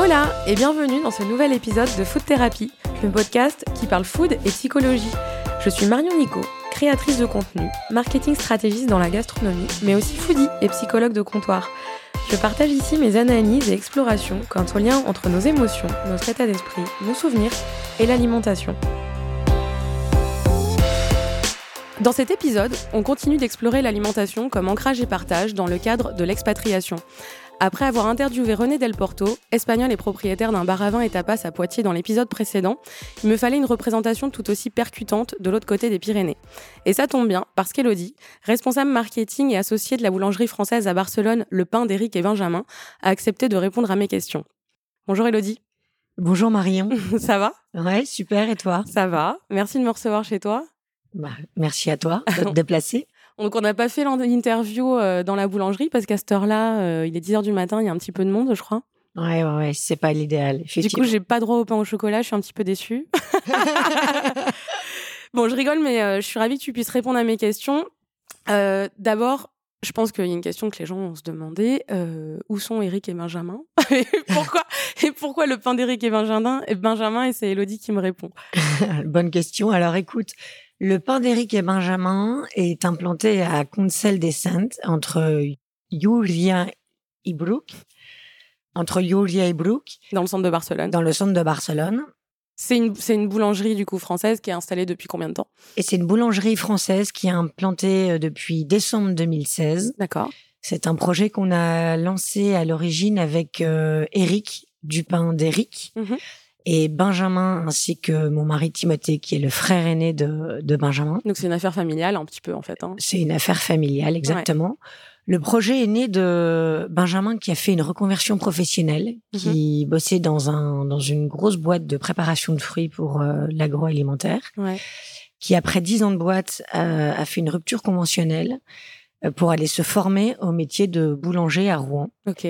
Hola et bienvenue dans ce nouvel épisode de Food Therapy, le podcast qui parle food et psychologie. Je suis Marion Nico, créatrice de contenu, marketing stratégiste dans la gastronomie, mais aussi foodie et psychologue de comptoir. Je partage ici mes analyses et explorations quant au lien entre nos émotions, notre état d'esprit, nos souvenirs et l'alimentation. Dans cet épisode, on continue d'explorer l'alimentation comme ancrage et partage dans le cadre de l'expatriation. Après avoir interviewé René Del Porto, espagnol et propriétaire d'un bar à vin et tapas à Poitiers dans l'épisode précédent, il me fallait une représentation tout aussi percutante de l'autre côté des Pyrénées. Et ça tombe bien, parce qu'Elodie, responsable marketing et associée de la boulangerie française à Barcelone, Le Pain d'Éric et Benjamin, a accepté de répondre à mes questions. Bonjour Elodie. Bonjour Marion. Ça va ? Ouais, super, et toi ? Ça va. Merci de me recevoir chez toi. Merci à toi de te déplacer. Donc, on n'a pas fait l'interview dans la boulangerie parce qu'à cette heure-là, il est 10h du matin, il y a un petit peu de monde, je crois. Ouais, c'est pas l'idéal, effectivement. Du coup, j'ai pas droit au pain au chocolat, je suis un petit peu déçue. Bon, je rigole, mais je suis ravie que tu puisses répondre à mes questions. D'abord, je pense qu'il y a une question que les gens vont se demander. Où sont Éric et Benjamin ? et pourquoi le pain d'Éric et Benjamin ? Et c'est Elodie qui me répond. Bonne question. Alors, écoute... Le pain d'Éric et Benjamin est implanté à Consell-des-Saintes, entre Llúria et Bruc. Dans le centre de Barcelone. Dans le centre de Barcelone. C'est une boulangerie, du coup, française qui est installée depuis combien de temps ? Et c'est une boulangerie française qui est implantée depuis décembre 2016. D'accord. C'est un projet qu'on a lancé à l'origine avec Éric, du pain d'Éric. Mm-hmm. Et Benjamin, ainsi que mon mari Timothée, qui est le frère aîné de Benjamin. Donc c'est une affaire familiale, un petit peu, en fait. Hein. C'est une affaire familiale, exactement. Ouais. Le projet est né de Benjamin, qui a fait une reconversion professionnelle, qui bossait dans une grosse boîte de préparation de fruits pour l'agroalimentaire, qui, après 10 ans de boîte, a fait une rupture conventionnelle pour aller se former au métier de boulanger à Rouen. Ok.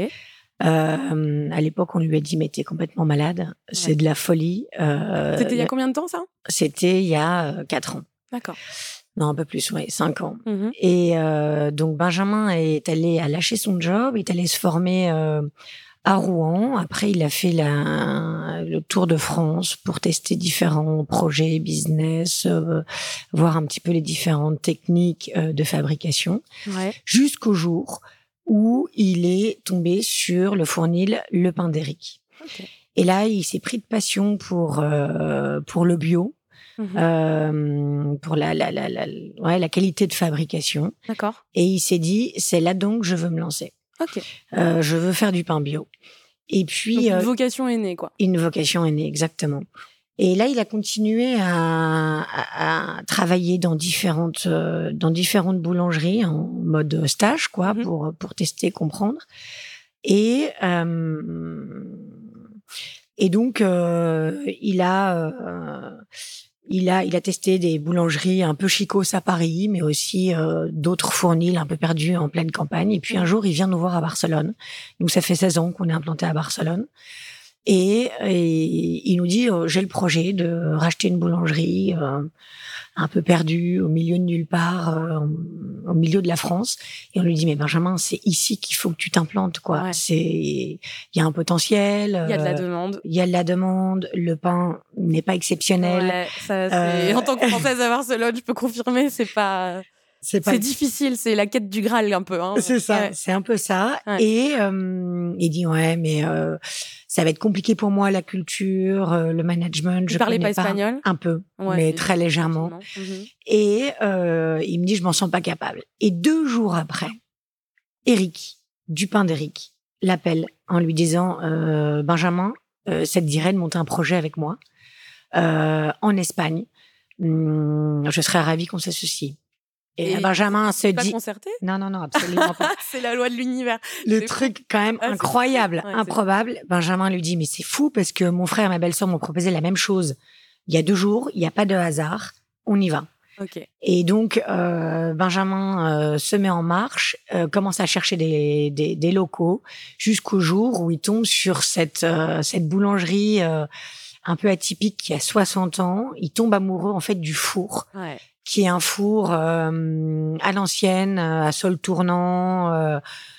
À l'époque, on lui a dit, mais t'es complètement malade, c'est de la folie. C'était il y a combien de temps, ça ? C'était il y a 4 ans. D'accord. Non, un peu plus, 5 ans. Mm-hmm. Et donc, Benjamin a lâché son job, il est allé se former à Rouen. Après, il a fait le tour de France pour tester différents projets, business, voir un petit peu les différentes techniques de fabrication, jusqu'au jour où il est tombé sur le fournil Le Pain d'Éric. Okay. Et là, il s'est pris de passion pour le bio, pour la qualité de fabrication. D'accord. Et il s'est dit, c'est là donc que je veux me lancer. Okay. Je veux faire du pain bio. Et puis donc, une vocation est née, quoi. Une vocation est née, exactement. Et là, il a continué à travailler dans différentes boulangeries en mode stage, quoi, pour tester, comprendre. Et donc, il a testé des boulangeries un peu chicos à Paris, mais aussi d'autres fournils un peu perdus en pleine campagne. Et puis un jour, il vient nous voir à Barcelone. Nous, ça fait 16 ans qu'on est implanté à Barcelone. Et il nous dit, j'ai le projet de racheter une boulangerie un peu perdue, au milieu de nulle part, au milieu de la France. Et on lui dit, mais Benjamin, c'est ici qu'il faut que tu t'implantes, quoi. Ouais. Il y a un potentiel. Il y a de la demande. Il y a de la demande. Le pain n'est pas exceptionnel. Ouais, ça, en tant que Française à Barcelone, je peux confirmer, c'est difficile, c'est la quête du Graal un peu. Hein. C'est ça, c'est un peu ça. Ouais. Et il dit, mais ça va être compliqué pour moi, la culture, le management. Tu parlais pas espagnol ? Un peu, mais très légèrement. Et il me dit, je m'en sens pas capable. Et 2 jours après, Éric, du pain d'Éric, l'appelle en lui disant, Benjamin, ça te dirait de monter un projet avec moi en Espagne. Je serais ravie qu'on s'associe. Et Benjamin se dit... Pas concerté ? Non, absolument pas. C'est la loi de l'univers. Le truc quand même incroyable, improbable. Benjamin lui dit, mais c'est fou parce que mon frère et ma belle-sœur m'ont proposé la même chose il y a 2 jours, il n'y a pas de hasard, on y va. Okay. Et donc, Benjamin se met en marche, commence à chercher des locaux jusqu'au jour où il tombe sur cette boulangerie un peu atypique qui a 60 ans. Il tombe amoureux en fait du four. Ouais. Qui est un four à l'ancienne, à sol tournant,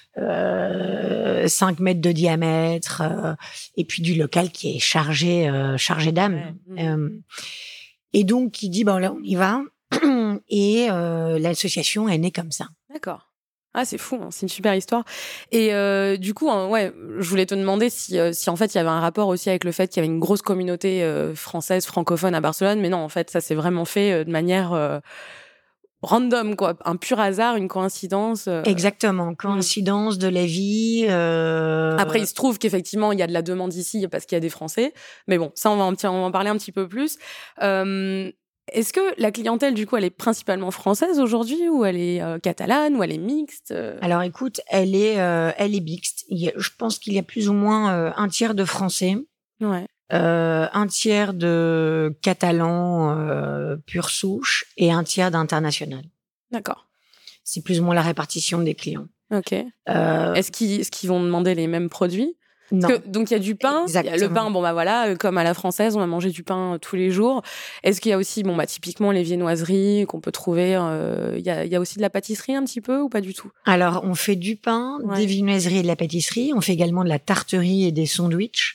5 mètres de diamètre, et puis du local qui est chargé d'âme. Ouais. Et donc, il dit, là, on y va. Et l'association est née comme ça. D'accord. Ah, c'est fou, hein, c'est une super histoire. Et du coup, je voulais te demander si en fait il y avait un rapport aussi avec le fait qu'il y avait une grosse communauté française, francophone à Barcelone. Mais non, en fait, ça s'est vraiment fait de manière random, quoi. Un pur hasard, une coïncidence. Exactement, coïncidence de la vie. Après, il se trouve qu'effectivement, il y a de la demande ici parce qu'il y a des Français. Mais bon, ça, on va en parler un petit peu plus. Est-ce que la clientèle, du coup, elle est principalement française aujourd'hui ou elle est catalane ou elle est mixte Alors, écoute, elle est mixte. Je pense qu'il y a plus ou moins un tiers de Français, un tiers de Catalans pure souche et un tiers d'international. D'accord. C'est plus ou moins la répartition des clients. Ok. Est-ce qu'ils vont demander les mêmes produits ? Non. Donc il y a du pain, il y a le pain, comme à la française, on va manger du pain tous les jours. Est-ce qu'il y a aussi, typiquement les viennoiseries qu'on peut trouver, il y a aussi de la pâtisserie un petit peu ou pas du tout ? Alors on fait du pain, des viennoiseries et de la pâtisserie. On fait également de la tarterie et des sandwichs.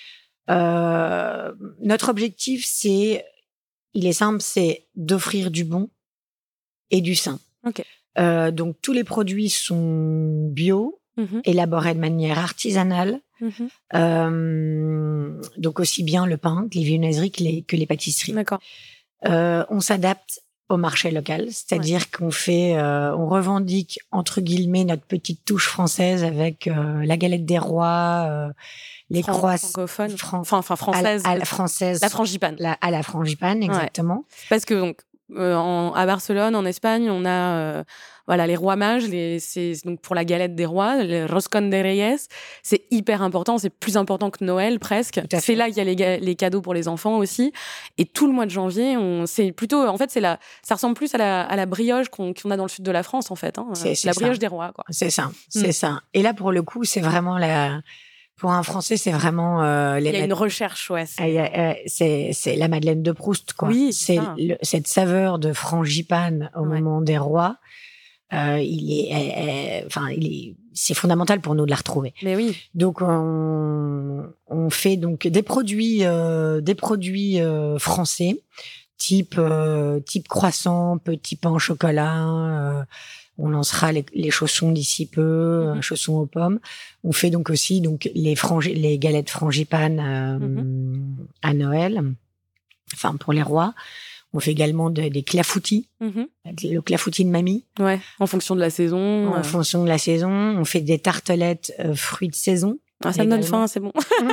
Notre objectif, il est simple, c'est d'offrir du bon et du sain. Ok. Donc tous les produits sont bio, élaborés de manière artisanale. Donc aussi bien le pain que les viennoiseries que les pâtisseries. D'accord. On s'adapte au marché local, c'est-à-dire qu'on revendique entre guillemets notre petite touche française avec la galette des rois, les croissants françaises, française, la frangipane, à la frangipane, exactement. Ouais. Parce que donc à Barcelone, en Espagne, on a les rois mages, c'est donc pour la galette des rois, le roscón de Reyes, c'est hyper important, c'est plus important que Noël presque. C'est là qu'il y a les cadeaux pour les enfants aussi. Et tout le mois de janvier, c'est plutôt, en fait, ça ressemble plus à la brioche qu'on a dans le sud de la France en fait. Hein. C'est la brioche des rois, quoi. C'est ça, c'est ça. Et là, pour le coup, c'est vraiment pour un Français, c'est vraiment il y a une recherche, c'est la Madeleine de Proust, quoi. Oui, c'est cette saveur de frangipane au moment des rois. C'est fondamental pour nous de la retrouver. Mais oui. Donc on fait donc des produits français, type croissant, petit pain au chocolat. On lancera les chaussons d'ici peu, chaussons aux pommes. On fait donc aussi les galettes frangipane à Noël, enfin pour les rois. On fait également des clafoutis, le clafoutis de mamie. Ouais, en fonction de la saison. En fonction de la saison. On fait des tartelettes fruits de saison. Ah, ça me donne faim, c'est bon.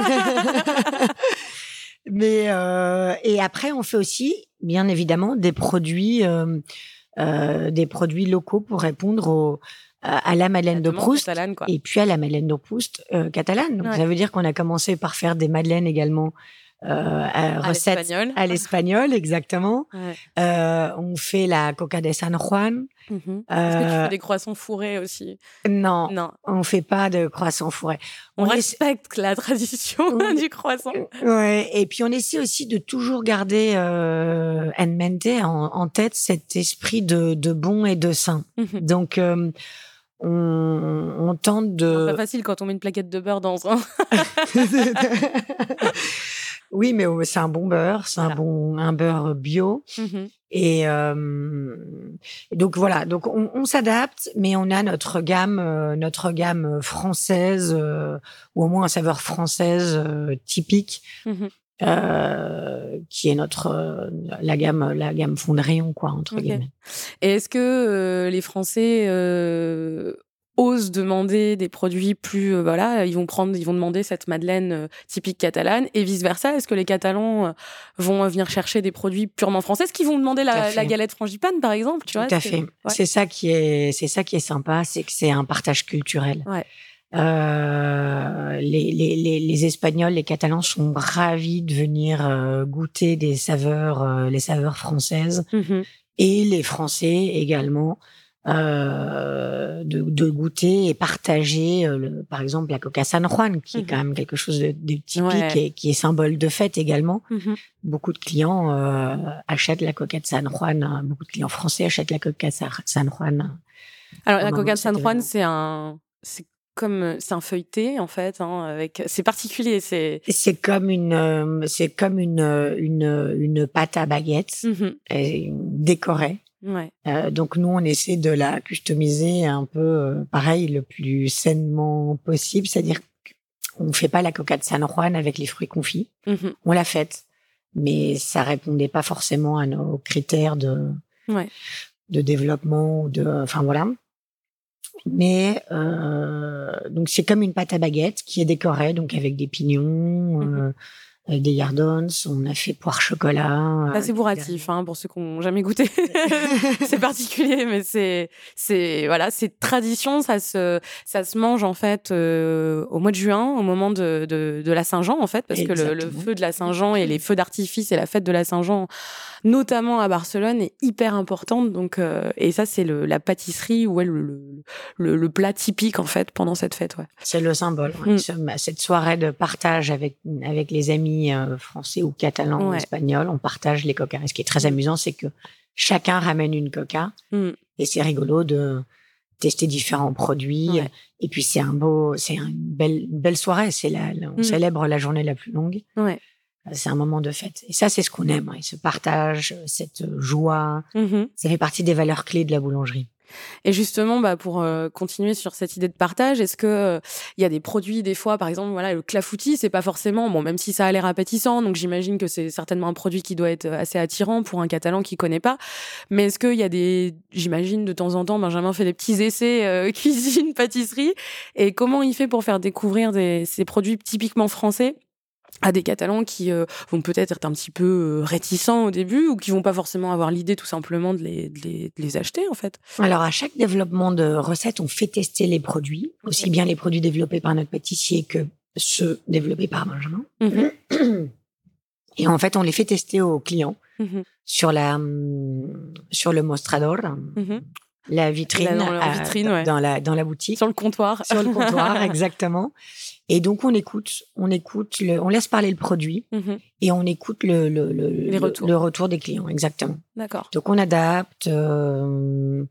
Mais et après, on fait aussi, bien évidemment, des produits locaux pour répondre à la Madeleine de Proust catalane, quoi. Et puis à la Madeleine de Proust catalane. Donc ça veut dire qu'on a commencé par faire des madeleines également recettes à l'espagnol, exactement. On fait la coca de San Juan. Est-ce que tu fais des croissants fourrés aussi ? Non, on fait pas de croissants fourrés. On respecte la tradition du croissant. Ouais, et puis on essaie aussi de toujours garder en mente, en tête, cet esprit de bon et de sain. Donc on tente de... C'est pas facile quand on met une plaquette de beurre dans un... Oui, mais c'est un bon beurre, c'est un beurre bio. Et donc voilà, donc on s'adapte, mais on a notre gamme française, ou au moins un saveur française typique, qui est la gamme fond de rayon, quoi, entre guillemets. Et est-ce que les Français osent demander des produits plus ils vont demander cette madeleine typique catalane et vice versa? Est-ce que les Catalans vont venir chercher des produits purement français? Est-ce qu'ils vont demander la galette frangipane, par exemple, tu vois? Tout à fait. Ouais. C'est ça qui est sympa, c'est que c'est un partage culturel. Ouais. Les Espagnols, les Catalans sont ravis de venir goûter les saveurs françaises, et les Français également. De goûter et partager par exemple la coca San Juan, qui est quand même quelque chose de typique et qui est symbole de fête également. Beaucoup de clients achètent la coca de San Juan, beaucoup de clients français achètent la coca San Juan. Alors la coca de San Juan, c'est c'est un feuilleté en fait, c'est particulier, c'est comme une pâte à baguette décorée. Ouais. Donc nous on essaie de la customiser un peu pareil le plus sainement possible, c'est-à-dire qu'on fait pas la coca de San Juan avec les fruits confits. On l'a faite, mais ça répondait pas forcément à nos critères de développement enfin voilà. Mais donc c'est comme une pâte à baguette qui est décorée donc avec des pignons, avec des yardons. On a fait poire chocolat. C'est bourratif pour ceux qui n'ont jamais goûté. C'est particulier, mais c'est tradition. Ça se mange en fait au mois de juin, au moment de la Saint-Jean en fait, parce que le feu de la Saint-Jean et les feux d'artifice et la fête de la Saint-Jean, notamment à Barcelone, est hyper importante. Donc et ça c'est la pâtisserie ou le plat typique en fait pendant cette fête. Ouais. C'est le symbole. Cette soirée de partage avec les amis français ou catalans ou espagnols, on partage les coca. Et ce qui est très amusant, c'est que chacun ramène une coca et c'est rigolo de tester différents produits. Ouais. Et puis c'est une belle soirée. On célèbre la journée la plus longue. Ouais. C'est un moment de fête. Et ça, c'est ce qu'on aime. Ce partage, cette joie. Ça fait partie des valeurs clés de la boulangerie. Et justement, pour continuer sur cette idée de partage, est-ce que il y a des produits des fois, par exemple, le clafoutis, c'est pas forcément même si ça a l'air appétissant, donc j'imagine que c'est certainement un produit qui doit être assez attirant pour un Catalan qui connaît pas. Mais est-ce qu'il y a j'imagine de temps en temps, Benjamin fait des petits essais cuisine, pâtisserie, et comment il fait pour faire découvrir ces produits typiquement français à des Catalans qui vont peut-être être un petit peu réticents au début ou qui vont pas forcément avoir l'idée tout simplement de les acheter en fait. Alors à chaque développement de recette, on fait tester les produits, aussi bien les produits développés par notre pâtissier que ceux développés par Benjamin. Et en fait, on les fait tester aux clients sur le mostrador. La vitrine, dans la boutique. Sur le comptoir. Sur le comptoir, exactement. Et donc, on laisse parler le produit et on écoute le retour des clients, exactement. D'accord. Donc, on adapte, on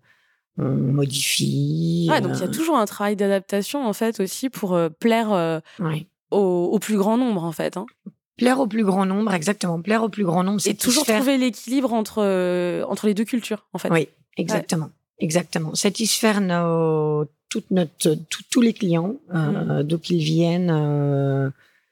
modifie. Donc il y a toujours un travail d'adaptation, en fait, aussi pour plaire au plus grand nombre, en fait. Plaire au plus grand nombre, exactement. Plaire au plus grand nombre, c'est toujours trouver l'équilibre entre les deux cultures, en fait. Oui, exactement. Ouais. Exactement. Satisfaire tous les clients, d'où qu'ils viennent,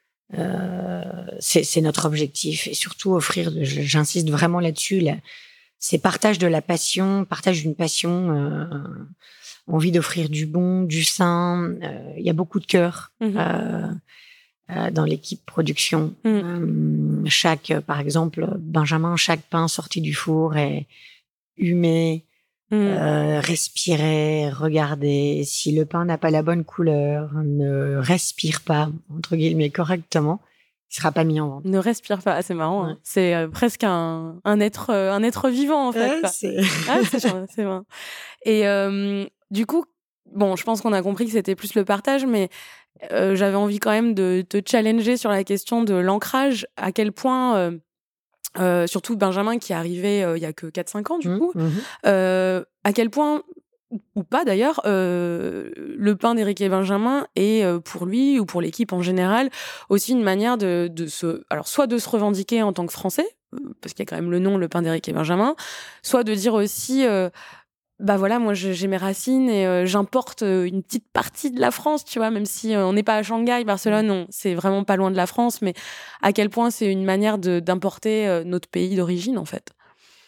c'est notre objectif. Et surtout offrir, j'insiste vraiment là-dessus, c'est partage de la passion, partage d'une passion, envie d'offrir du bon, du sain. Il y a beaucoup de cœur dans l'équipe production. Par exemple, Benjamin, chaque pain sorti du four est humé. Respirer, regarder. Si le pain n'a pas la bonne couleur, ne respire pas, entre guillemets, correctement, il sera pas mis en vente. Ne respire pas, c'est marrant. Ouais. C'est presque un être vivant, en fait. C'est marrant. Et du coup, je pense qu'on a compris que c'était plus le partage, mais j'avais envie quand même de te challenger sur la question de l'ancrage. À quel point... surtout Benjamin qui est arrivé il y a que 4-5 ans du coup, à quel point, ou pas d'ailleurs, le pain d'Éric et Benjamin est pour lui ou pour l'équipe en général aussi une manière soit de se revendiquer en tant que Français, parce qu'il y a quand même le nom, le pain d'Éric et Benjamin, soit de dire aussi... moi j'ai mes racines et j'importe une petite partie de la France, tu vois, même si on n'est pas à Shanghai, Barcelone, c'est vraiment pas loin de la France, mais à quel point c'est une manière d'importer notre pays d'origine, en fait.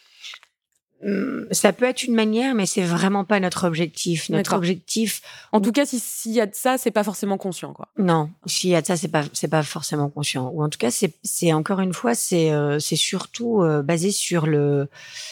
Ça peut être une manière, mais c'est vraiment pas notre objectif. Notre objectif... En tout cas, s'il y a de ça, c'est pas forcément conscient, quoi. Non, s'il y a de ça, c'est pas forcément conscient. Ou en tout cas, c'est encore une fois, c'est surtout basé sur le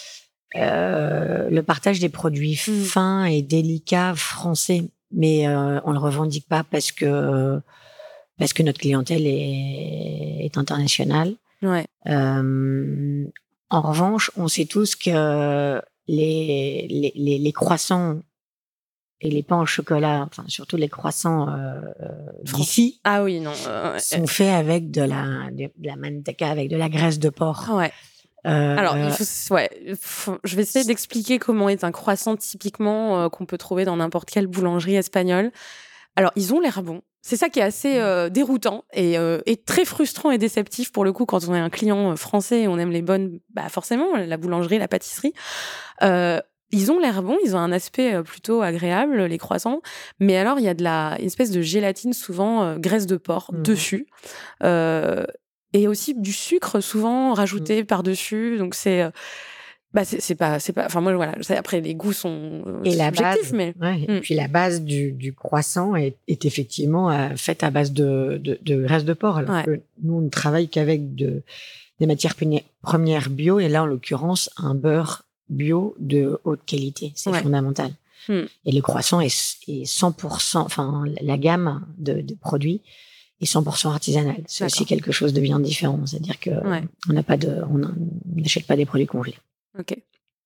partage des produits fins et délicats français, mais on le revendique pas parce que notre clientèle est internationale. Ouais. En revanche, on sait tous que les croissants et les pains au chocolat, enfin surtout les croissants d'ici, sont faits avec de la manteca, avec de la graisse de porc. Ouais. Alors, je vais essayer d'expliquer comment est un croissant typiquement qu'on peut trouver dans n'importe quelle boulangerie espagnole. Alors, ils ont l'air bons. C'est ça qui est assez déroutant et très frustrant et déceptif pour le coup quand on est un client français et on aime les bonnes, forcément, la boulangerie, la pâtisserie. Ils ont l'air bons, ils ont un aspect plutôt agréable, les croissants. Mais alors, il y a une espèce de gélatine, souvent graisse de porc, dessus. Et aussi du sucre, souvent rajouté par-dessus. Donc, c'est pas. Enfin, moi, voilà. Après, les goûts sont subjectifs, mais. Et puis, la base du croissant est effectivement faite à base de graisse de porc. Alors que nous, on ne travaille qu'avec des matières premières bio. Et là, en l'occurrence, un beurre bio de haute qualité. C'est fondamental. Et le croissant est 100%, enfin, la gamme de produits est 100% artisanale. C'est aussi quelque chose de bien différent. C'est-à-dire que on n'achète pas des produits congelés. Ok.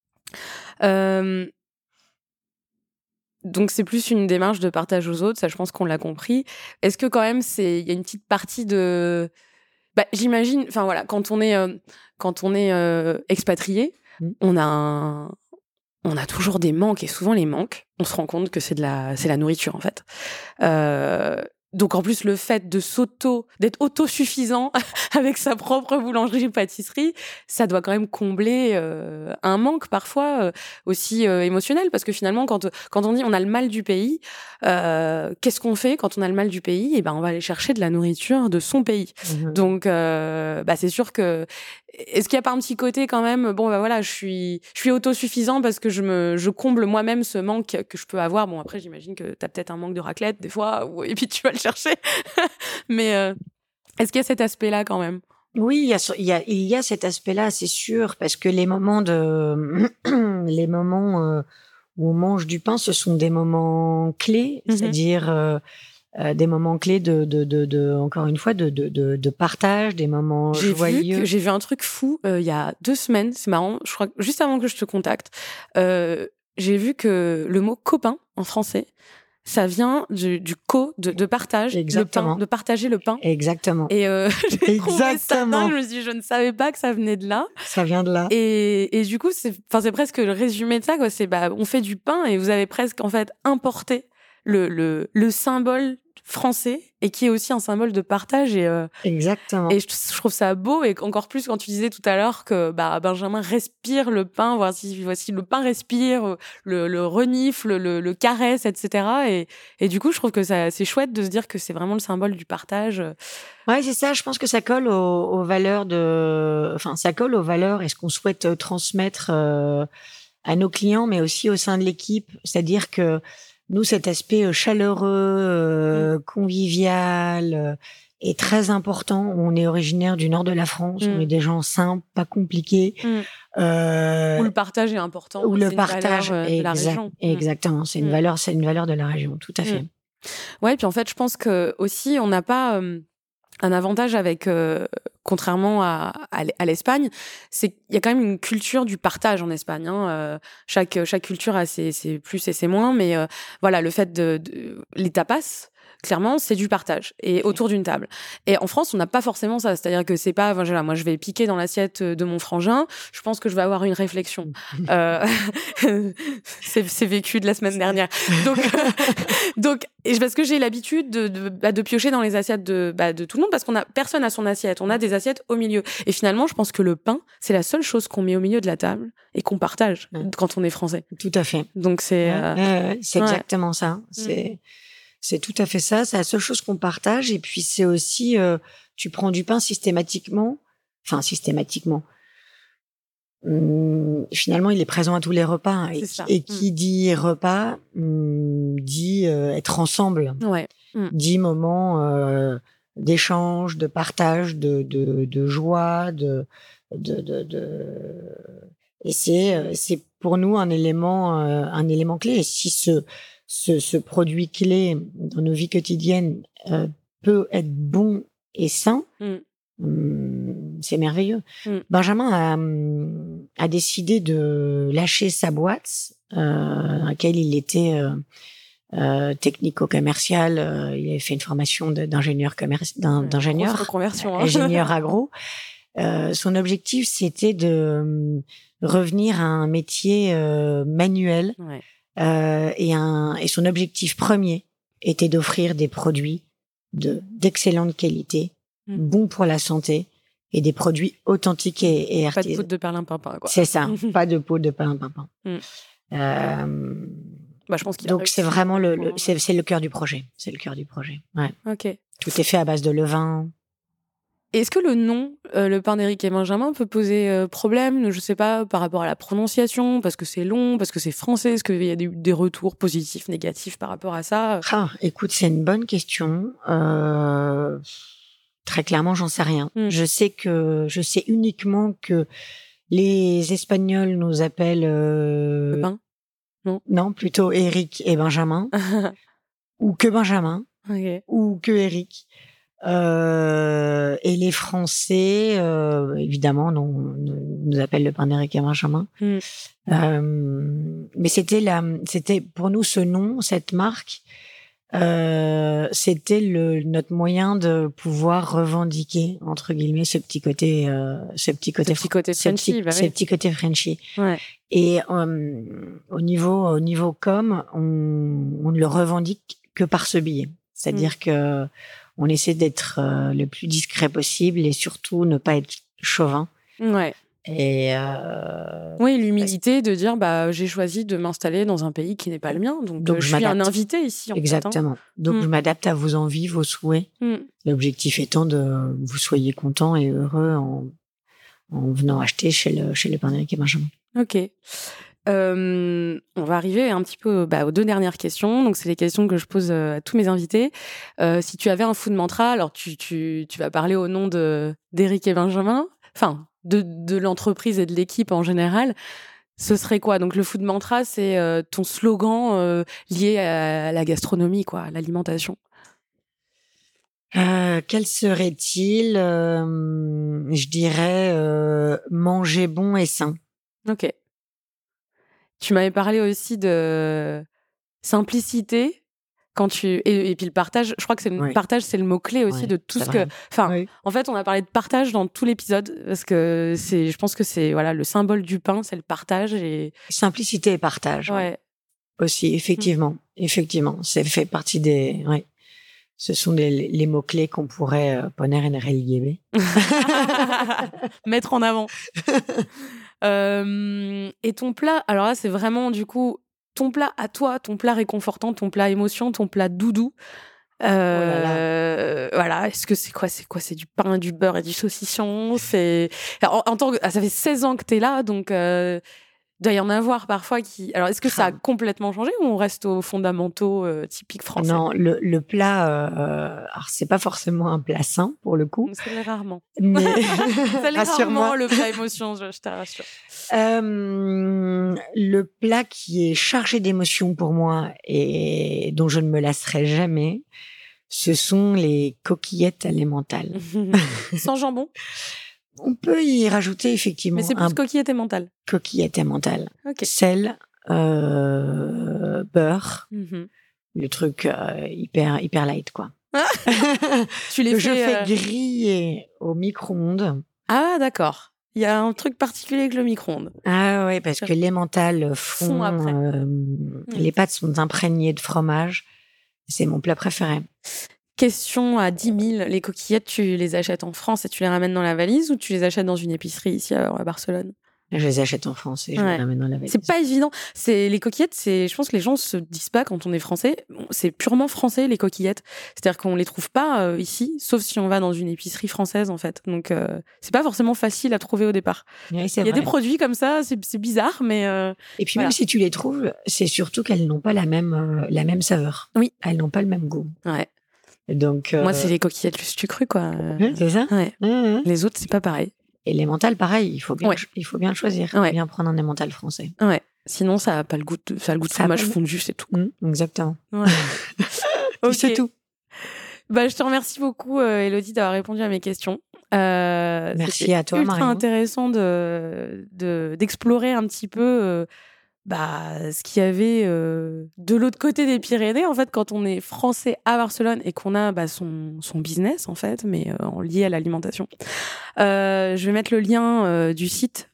Donc, c'est plus une démarche de partage aux autres. Ça, je pense qu'on l'a compris. Est-ce que quand même, il y a une petite partie de... j'imagine, enfin voilà, quand on est expatrié, on a toujours des manques, et souvent les manques, on se rend compte que c'est la nourriture en fait. Donc en plus le fait d'être autosuffisant avec sa propre boulangerie ou pâtisserie, ça doit quand même combler un manque parfois aussi émotionnel, parce que finalement quand on dit on a le mal du pays, qu'est-ce qu'on fait quand on a le mal du pays? Et on va aller chercher de la nourriture de son pays. Donc c'est sûr que est-ce qu'il n'y a pas un petit côté quand même, voilà, je suis autosuffisant parce que je comble moi-même ce manque que je peux avoir. Bon, après, j'imagine que tu as peut-être un manque de raclette des fois, et puis tu vas le chercher. Mais est-ce qu'il y a cet aspect-là quand même? Oui, il y a cet aspect-là, c'est sûr, parce que les moments où on mange du pain, ce sont des moments clés, c'est-à-dire des moments clés encore une fois, de partage, des moments joyeux. J'ai vu un truc fou il y a 2 semaines, c'est marrant, je crois que juste avant que je te contacte, j'ai vu que le mot copain en français, ça vient du de partage, le pain, de partager le pain. Exactement. Et j'ai trouvé ça dingue, je me suis dit, je ne savais pas que ça venait de là. Ça vient de là. Et du coup, c'est presque le résumé de ça, quoi. C'est on fait du pain et vous avez presque en fait importé le symbole français et qui est aussi un symbole de partage exactement. Et je trouve ça beau, et encore plus quand tu disais tout à l'heure que Benjamin respire le pain, voici le pain respire, le renifle, le caresse, etc. Et du coup je trouve que c'est chouette de se dire que c'est vraiment le symbole du partage. Ouais, c'est ça, je pense que ça colle aux valeurs ça colle aux valeurs et ce qu'on souhaite transmettre à nos clients, mais aussi au sein de l'équipe, c'est-à-dire que nous, cet aspect chaleureux, convivial, est très important. On est originaire du nord de la France, on est des gens simples, pas compliqués. Où le partage est important. Où le partage de la région. Exactement, c'est une valeur de la région, tout à fait. Ouais, puis en fait, je pense que aussi on n'a pas un avantage avec, contrairement à l'Espagne, c'est qu'il y a quand même une culture du partage en Espagne. Chaque culture a ses plus et ses moins, mais voilà, le fait les tapas, clairement, c'est du partage et autour d'une table. Et en France, on n'a pas forcément ça. C'est-à-dire que c'est pas, moi, je vais piquer dans l'assiette de mon frangin. Je pense que je vais avoir une réflexion. C'est vécu de la semaine dernière. Donc, parce que j'ai l'habitude de piocher dans les assiettes de tout le monde, parce personne à son assiette. On a des assiettes au milieu. Et finalement, je pense que le pain, c'est la seule chose qu'on met au milieu de la table et qu'on partage quand on est français. Tout à fait. Donc c'est exactement ça. C'est tout à fait ça. C'est la seule chose qu'on partage. Et puis, c'est aussi, tu prends du pain systématiquement. Finalement, il est présent à tous les repas. Et qui dit repas, dit être ensemble. Ouais. Dit moment d'échange, de partage, de joie, et c'est pour nous un élément clé. Et si ce produit clé dans nos vies quotidiennes peut être bon et sain, c'est merveilleux. Benjamin a décidé de lâcher sa boîte, à laquelle il était technico-commercial. Il avait fait une formation d'ingénieur ingénieur agro. Son objectif, c'était de revenir à un métier manuel. Ouais. Et son objectif premier, était d'offrir des produits d'excellente qualité, bons pour la santé, et des produits authentiques et artisanaux. Pas de poudre de perlimpinpin, quoi. C'est ça, pas de poudre de perlimpinpin. Je pense qu'il donc c'est vraiment c'est le cœur du projet. C'est le cœur du projet. Ouais. Ok. Tout est fait à base de levain. Est-ce que le nom, le pain d'Éric et Benjamin, peut poser problème, je sais pas, par rapport à la prononciation, parce que c'est long, parce que c'est français, est-ce qu'il y a des retours positifs, négatifs par rapport à ça? Écoute, c'est une bonne question. Très clairement, j'en sais rien. Je sais uniquement que les Espagnols nous appellent le pain? Non, plutôt Éric et Benjamin, ou que Benjamin, ou que Éric. Et les Français, évidemment, nous appellent le pain d'Éric et Benjamin. Mais c'était pour nous ce nom, cette marque. C'était notre moyen de pouvoir revendiquer entre guillemets ce petit côté Frenchy. Ouais. Et au niveau com, on ne le revendique que par ce biais. C'est-à-dire que on essaie d'être le plus discret possible et surtout ne pas être chauvin. Ouais. Et oui, l'humilité de dire j'ai choisi de m'installer dans un pays qui n'est pas le mien, donc je suis un invité ici. Exactement. Donc je m'adapte à vos envies, vos souhaits. L'objectif étant de vous soyez contents et heureux en venant acheter chez le pain d'Éric et Benjamin. Ok. On va arriver un petit peu aux 2 dernières questions. Donc, c'est les questions que je pose à tous mes invités. Si tu avais un food mantra, alors tu vas parler au nom d'Éric et Benjamin, enfin, de l'entreprise et de l'équipe en général. Ce serait quoi? Donc, le food mantra, c'est ton slogan lié à la gastronomie, quoi, à l'alimentation. Quel serait-il? Je dirais manger bon et sain. Ok. Tu m'avais parlé aussi de simplicité et puis le partage. Je crois que le partage, c'est le mot-clé aussi de tout ce que... En fait, on a parlé de partage dans tout l'épisode parce que je pense que c'est le symbole du pain, c'est le partage. Simplicité et partage. Ouais. Aussi, effectivement. Effectivement, c'est fait partie des... Ouais. Ce sont les mots-clés qu'on pourrait poner en relier. Mettre en avant. Et ton plat, alors là, c'est vraiment du coup ton plat à toi, ton plat réconfortant, ton plat émotion, ton plat doudou. Voilà, est-ce que c'est quoi? C'est du pain, du beurre et du saucisson. En tant que ça fait 16 ans que t'es là, donc doit y en avoir parfois qui... Alors, est-ce que ça a complètement changé ou on reste aux fondamentaux typiques français? Non, le plat... alors, c'est pas forcément un plat sain, pour le coup. Ça l'est rarement. Mais... ça l'est rarement, le plat émotion, je te rassure. Le plat qui est chargé d'émotions pour moi et dont je ne me lasserai jamais, ce sont les coquillettes emmentales. Sans jambon? On peut y rajouter effectivement. Mais c'est plus coquillette emmentale. Coquillette emmentale. Okay. Sel, beurre, le truc hyper light quoi. Tu les je fais griller au micro-ondes. Ah d'accord. Il y a un truc particulier avec le micro-ondes. Ah ouais, parce que l'emmental fond après. Les pâtes sont imprégnées de fromage. C'est mon plat préféré. Question à 10 000, les coquillettes, tu les achètes en France et tu les ramènes dans la valise ou tu les achètes dans une épicerie ici à Barcelone? Je les achète en France et je les ramène dans la valise. C'est pas évident. Les coquillettes, je pense que les gens se disent pas quand on est français. C'est purement français, les coquillettes. C'est-à-dire qu'on les trouve pas ici, sauf si on va dans une épicerie française, en fait. Donc, c'est pas forcément facile à trouver au départ. Oui, il y a des produits comme ça, c'est bizarre, mais... Et puis même si tu les trouves, c'est surtout qu'elles n'ont pas la même saveur. Oui. Elles n'ont pas le même goût. Ouais. Donc, moi, c'est les coquillettes juste cru, quoi. C'est ça? Ouais. Les autres, c'est pas pareil. Et l'emmental, pareil, il faut bien le choisir. Il faut bien prendre un emmental français. Ouais. Sinon, ça a pas le goût de fromage fondu, c'est tout. Exactement. Ouais. Okay. C'est tout. Je te remercie beaucoup, Élodie, d'avoir répondu à mes questions. Merci à toi, Marion. C'est intéressant d'explorer un petit peu ce qu'il y avait de l'autre côté des Pyrénées, en fait, quand on est français à Barcelone et qu'on a son business, en fait, mais lié à l'alimentation. Je vais mettre le lien du site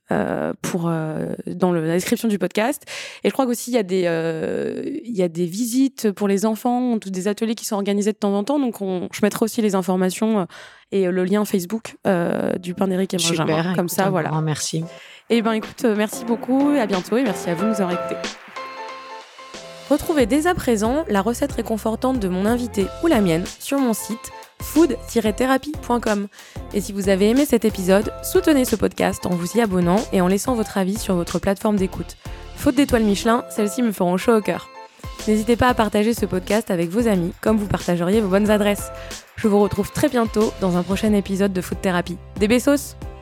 dans la description du podcast. Et je crois qu'aussi, il y a des visites pour les enfants, des ateliers qui sont organisés de temps en temps. Donc, je mettrai aussi les informations et le lien Facebook du pain d'Éric et Benjamin. Super, comme ça, voilà. Merci. Et écoute, merci beaucoup, à bientôt et merci à vous de nous avoir écoutés. Retrouvez dès à présent la recette réconfortante de mon invité ou la mienne sur mon site food-thérapie.com. Et si vous avez aimé cet épisode, soutenez ce podcast en vous y abonnant et en laissant votre avis sur votre plateforme d'écoute. Faute d'étoiles Michelin, celles-ci me feront chaud au cœur. N'hésitez pas à partager ce podcast avec vos amis, comme vous partageriez vos bonnes adresses. Je vous retrouve très bientôt dans un prochain épisode de Food Thérapie. Des bessos!